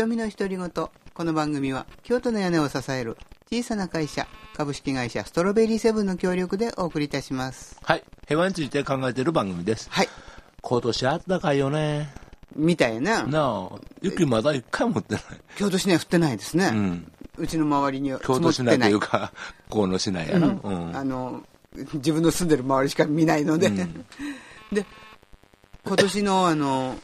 瞳の独り言。この番組は京都の屋根を支える小さな会社株式会社ストロベリーセブンの協力でお送りいたします。 はい、平和について考えている番組です。 はい。 今年あったかいよね。 みたいな。 なあ、雪まだ一回も降ってない。 京都市内降ってないですね。うん。うちの周りには積もってない。 京都市内というか河野市内やな、 自分の住んでる周りしか見ないので、で今年の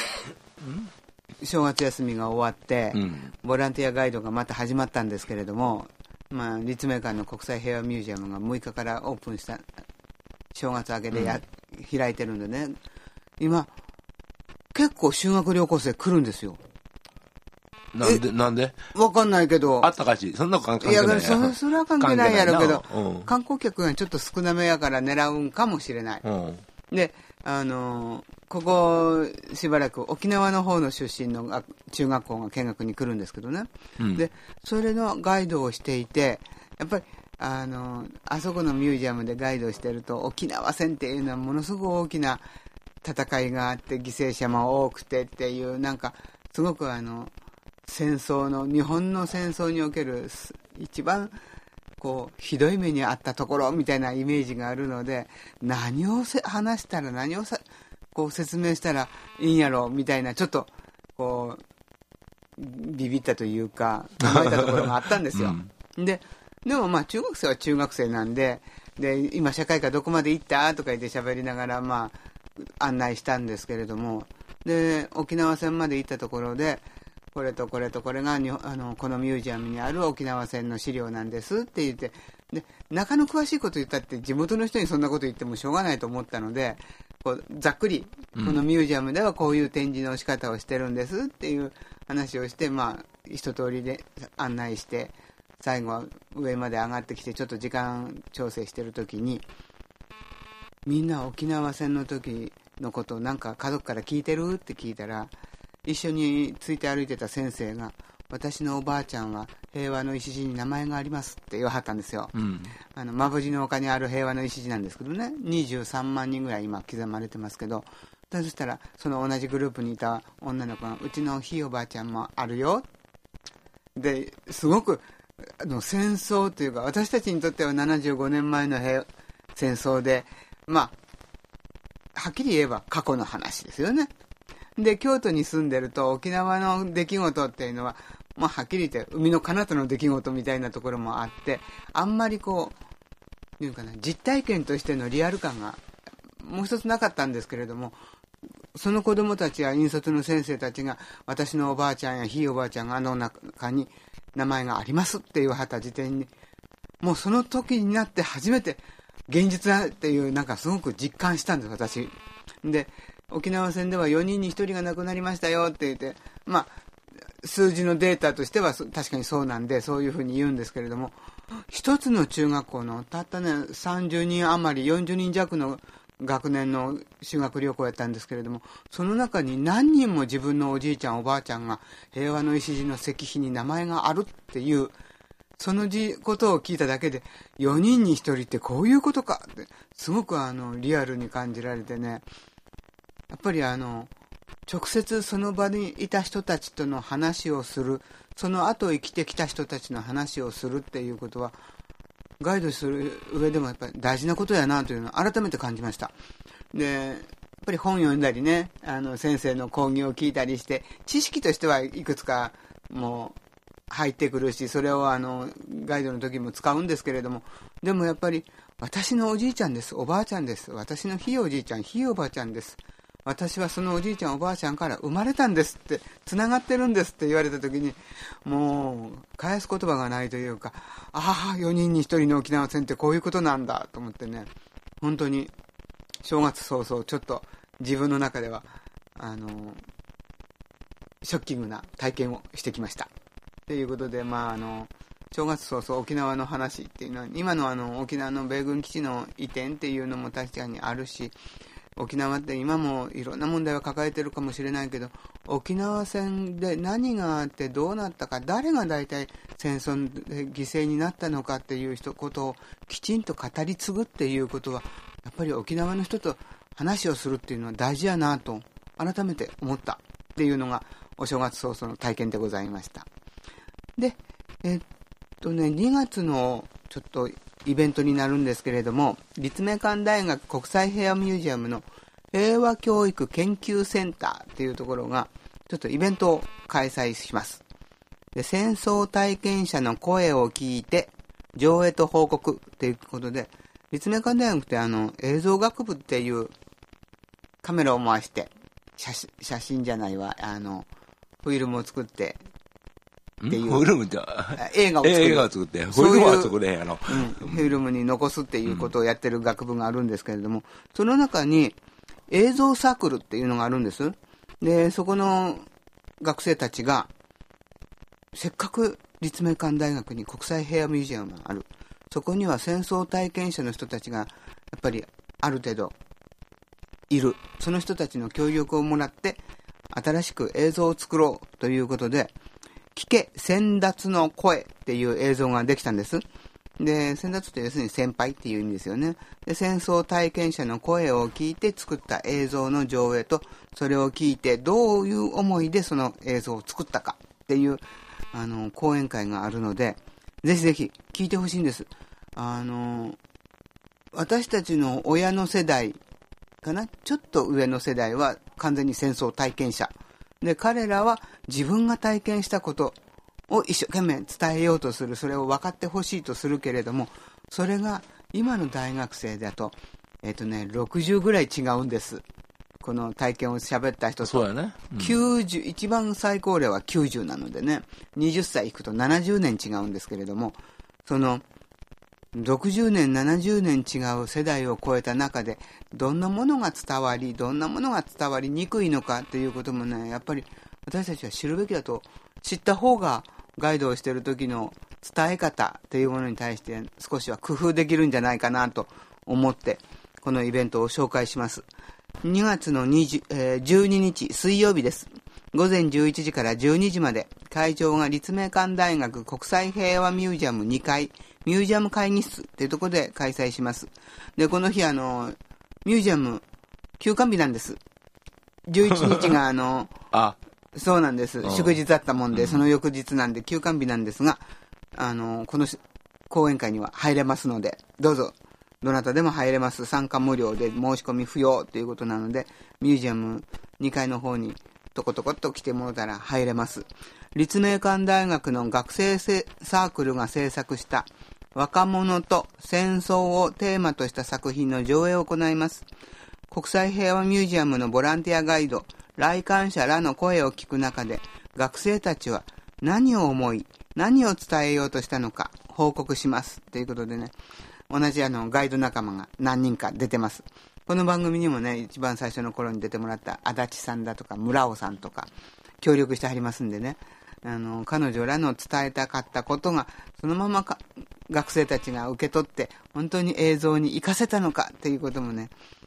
正月休みが終わって、ボランティアガイドがまた始まったんですけれども、立命館の国際平和ミュージアムが6日からオープンした正月明けで開いてるんでね、今結構修学旅行生来るんですよ。 なんでわかんないけど。 あったかし、そんな関係ないや。 いや、それは関係ないやろうけど、観光客がちょっと少なめやから狙うんかもしれない。で、ここしばらく沖縄の方の出身の中学校が見学に来るんですけどね。で、それのガイドをしていて、やっぱりあそこのミュージアムでガイドをしてると、沖縄戦っていうのはものすごく大きな戦いがあって、犠牲者も多くてっていう、なんかすごく戦争の、日本の戦争における一番こうひどい目にあったところみたいなイメージがあるので、何を話したら、何をこう説明したらいいんやろうみたいな、ちょっとこうビビったというか考えたところがあったんですよ。でも中学生は中学生なんで、今社会科どこまで行ったとか言って喋りながら案内したんですけれども、で沖縄戦まで行ったところで、これとこれとこれがこのミュージアムにある沖縄戦の資料なんですって言って、で中の詳しいこと言ったって地元の人にそんなこと言ってもしょうがないと思ったので、こうざっくり、このミュージアムではこういう展示の仕方をしてるんですっていう話をして、一通りで案内して、最後は上まで上がってきてちょっと時間調整してる時に、みんな沖縄戦の時のことをなんか家族から聞いてるって聞いたら、一緒について歩いてた先生が、私のおばあちゃんは平和の礎に名前がありますって言わはったんですよ。馬淵の丘にある平和の礎なんですけどね、23万人ぐらい今刻まれてますけど、そしたらその同じグループにいた女の子が、うちのひいおばあちゃんもあるよで、すごく戦争というか、私たちにとっては75年前の戦争で、はっきり言えば過去の話ですよね。で、京都に住んでると沖縄の出来事っていうのは、はっきり言って海の彼方の出来事みたいなところもあって、あんまり実体験としてのリアル感がもう一つなかったんですけれども、その子供たちや引率の先生たちが、私のおばあちゃんやひいおばあちゃんが中に名前がありますって言わはった時点に、もうその時になって初めて現実だっていう、なんかすごく実感したんです、私。で、沖縄戦では4人に1人が亡くなりましたよって言って、数字のデータとしては確かにそうなんで、そういうふうに言うんですけれども、一つの中学校のたったね30人余り、40人弱の学年の修学旅行やったんですけれども、その中に何人も自分のおじいちゃんおばあちゃんが平和の礎の石碑に名前があるっていう、そのことを聞いただけで、4人に1人ってこういうことかってすごくリアルに感じられてね、やっぱり直接その場にいた人たちとの話をする、その後生きてきた人たちの話をするっていうことは、ガイドする上でもやっぱり大事なことやなというのを改めて感じました。で、やっぱり本読んだりね、先生の講義を聞いたりして、知識としてはいくつかもう入ってくるし、それをガイドの時も使うんですけれども、でもやっぱり私のおじいちゃんです、おばあちゃんです、私のひいおじいちゃん、ひいおばあちゃんです、私はそのおじいちゃんおばあちゃんから生まれたんですって、つながってるんですって言われた時に、もう返す言葉がないというか、4人に1人の沖縄戦ってこういうことなんだと思ってね、本当に正月早々ちょっと自分の中ではショッキングな体験をしてきましたということで、正月早々沖縄の話っていうのは、今の沖縄の米軍基地の移転っていうのも確かにあるし、沖縄って今もいろんな問題を抱えてるかもしれないけど、沖縄戦で何があってどうなったか、誰が大体戦争で犠牲になったのかっていうことをきちんと語り継ぐっていうことは、やっぱり沖縄の人と話をするっていうのは大事やなと改めて思ったっていうのがお正月早々の体験でございました。で、2月のちょっとイベントになるんですけれども、立命館大学国際平和ミュージアムの平和教育研究センターっていうところが、ちょっとイベントを開催します。で、戦争体験者の声を聞いて、上映と報告ということで、立命館大学って映像学部っていうカメラを回して、写真じゃないわ、フィルムを作って、っていう。 フィルムじゃ、 映画を作って、フィルムは作れへんやろ。 フィルムに残すっていうことをやってる学部があるんですけれども、その中に映像サークルっていうのがあるんです。で、そこの学生たちが、せっかく立命館大学に国際平和ミュージアムがある。そこには戦争体験者の人たちが、やっぱりある程度いる。その人たちの協力をもらって、新しく映像を作ろうということで、聞け先達の声っていう映像ができたんです。で、先達って要するに先輩っていう意味ですよね。で、戦争体験者の声を聞いて作った映像の上映と、それを聞いてどういう思いでその映像を作ったかっていう、講演会があるので、ぜひぜひ聞いてほしいんです。私たちの親の世代かな、ちょっと上の世代は完全に戦争体験者。で、彼らは自分が体験したことを一生懸命伝えようとする、それを分かってほしいとするけれども、それが今の大学生だと、60ぐらい違うんです。この体験を喋った人と。 そうやね。 90、一番最高齢は90なのでね、20歳いくと70年違うんですけれども、その、60年、70年違う世代を超えた中で、どんなものが伝わり、どんなものが伝わりにくいのかっていうこともね、やっぱり私たちは知るべきだと、知った方がガイドをしている時の伝え方っていうものに対して少しは工夫できるんじゃないかなと思って、このイベントを紹介します。2月の12日水曜日です。午前11時から12時まで、会場が立命館大学国際平和ミュージアム2階、ミュージアム会議室というところで開催します。で、この日ミュージアム休館日なんです。11日がそうなんです。祝日だったもんで、その翌日なんで休館日なんですが、この講演会には入れますので、どうぞ、どなたでも入れます。参加無料で申し込み不要ということなので、ミュージアム2階の方にトコトコっと来てもらったら入れます。立命館大学の学生サークルが制作した若者と戦争をテーマとした作品の上映を行います。国際平和ミュージアムのボランティアガイド、来館者らの声を聞く中で、学生たちは何を思い、何を伝えようとしたのか報告します。ということでね、同じガイド仲間が何人か出てます。この番組にもね、一番最初の頃に出てもらった足立さんだとか村尾さんとか協力してはりますんでね、彼女らの伝えたかったことがそのまま学生たちが受け取って本当に映像に活かせたのかっていうこともね、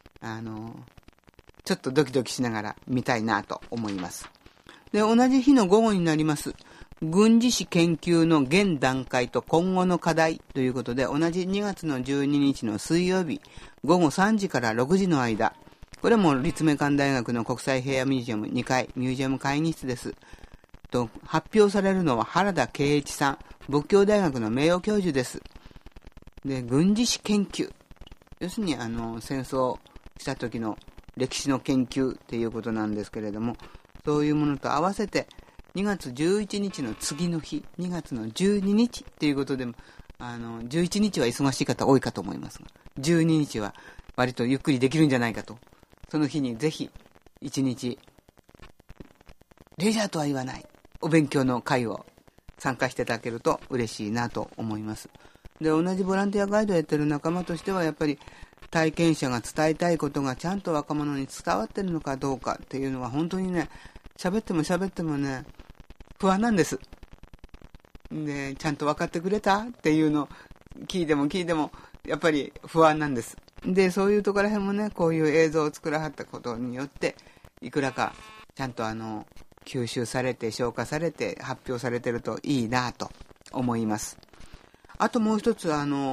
ちょっとドキドキしながら見たいなと思います。で、同じ日の午後になります。軍事史研究の現段階と今後の課題ということで、同じ2月の12日の水曜日、午後3時から6時の間、これも立命館大学の国際平和ミュージアム2階、ミュージアム会議室です。発表されるのは原田圭一さん、仏教大学の名誉教授です。で、軍事史研究。要するに、戦争した時の歴史の研究っていうことなんですけれども、そういうものと合わせて、2月11日の次の日、2月の12日っていうことでも、11日は忙しい方多いかと思いますが、12日は割とゆっくりできるんじゃないかと。その日にぜひ、1日、レジャーとは言わない、お勉強の会を参加していただけると嬉しいなと思います。で、同じボランティアガイドをやってる仲間としては、やっぱり体験者が伝えたいことがちゃんと若者に伝わってるのかどうかっていうのは本当にね、喋ってもね、不安なんです。で、ちゃんと分かってくれたっていうのを聞いてもやっぱり不安なんです。で、そういうところら辺もね、こういう映像を作らはったことによっていくらかちゃんと吸収されて消化されて発表されてるといいなと思います。あともう一つ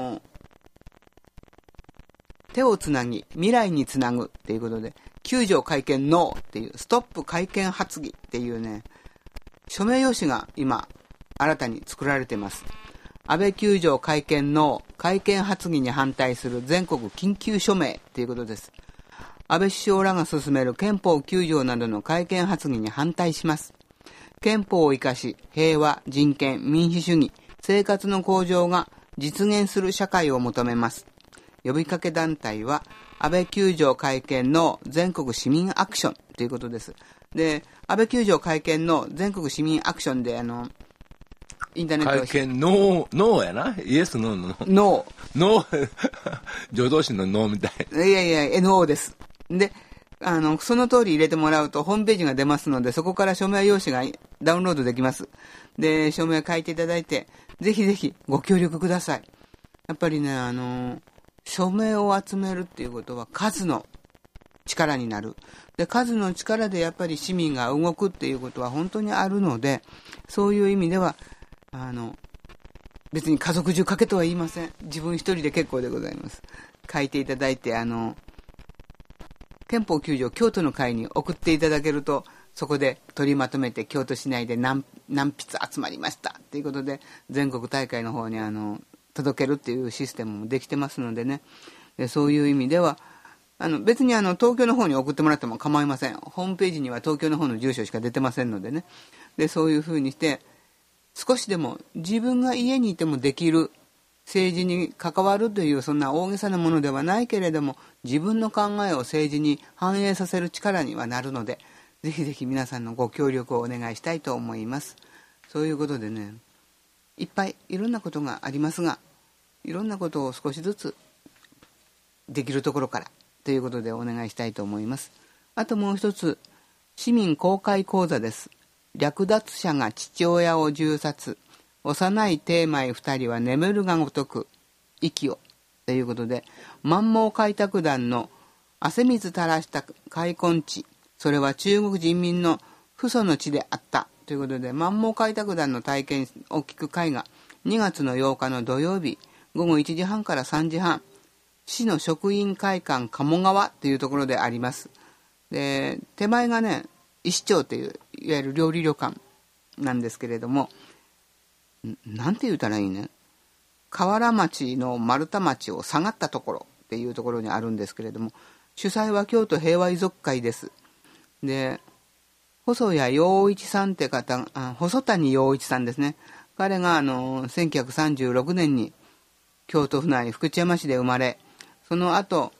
手をつなぎ未来につなぐっていうことで、救助会見ノーっていうストップ会見発議っていうね、 署名用紙が今新たに作られています。安倍9条改憲の改憲発議に反対する全国緊急署名ということです。安倍首相らが進める憲法9条などの改憲発議に反対します。憲法を生かし、平和、人権、民主主義、生活の向上が実現する社会を求めます。呼びかけ団体は、安倍9条改憲の全国市民アクションということです。で、安倍9条改憲の全国市民アクションで、インターネット改憲ノーやな。イエスノーノー助動詞のノーみたい。 いや NO です。で、その通り入れてもらうとホームページが出ますので、そこから署名用紙がダウンロードできます。で、署名書いていただいて、ぜひぜひご協力ください。やっぱりね、署名を集めるっていうことは数の力になる。で、数の力でやっぱり市民が動くっていうことは本当にあるので、そういう意味では、別に家族中書けとは言いません。自分一人で結構でございます。書いていただいて、憲法9条京都の会に送っていただけると、そこで取りまとめて京都市内で何筆集まりましたということで、全国大会の方に届けるっていうシステムもできてますのでね。で、そういう意味では、別に東京の方に送ってもらっても構いません。ホームページには東京の方の住所しか出てませんのでね。で、そういうふうにして、少しでも自分が家にいてもできる、政治に関わるというそんな大げさなものではないけれども、自分の考えを政治に反映させる力にはなるので、ぜひぜひ皆さんのご協力をお願いしたいと思います。そういうことでね、いっぱいいろんなことがありますが、いろんなことを少しずつできるところからということでお願いしたいと思います。あともう一つ、市民公開講座です。略奪者が父親を銃殺、幼い貞米2人は眠るがごとく息をということで、満蒙開拓団の汗水垂らした開墾地、それは中国人民の父祖の地であったということで、満蒙開拓団の体験を聞く会が2月の8日の土曜日午後1時半から3時半、市の職員会館鴨川というところであります。で、手前がね、石町といういわゆる料理旅館なんですけれども、なんて言うたらいいね、河原町の丸太町を下がったところっていうところにあるんですけれども、主催は京都平和遺族会です。で、細谷陽一さんって方、細谷陽一さんですね。彼が1936年に京都府内福知山市で生まれ、その後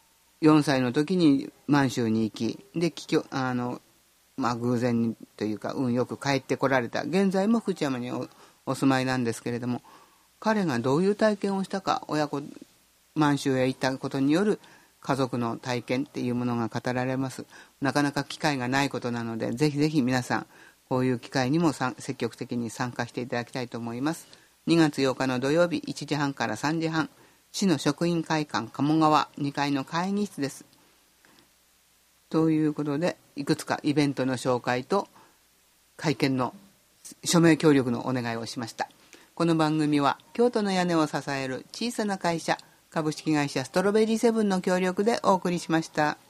4歳の時に満州に行き、で偶然にというか運よく帰ってこられた。現在も福知山にお住まいなんですけれども、彼がどういう体験をしたか、満州へ行ったことによる家族の体験っていうものが語られます。なかなか機会がないことなので、ぜひぜひ皆さんこういう機会にも積極的に参加していただきたいと思います。2月8日の土曜日1時半から3時半、市の職員会館鴨川2階の会議室です。ということで、いくつかイベントの紹介と会見の署名協力のお願いをしました。この番組は京都の屋根を支える小さな会社株式会社ストロベリーセブンの協力でお送りしました。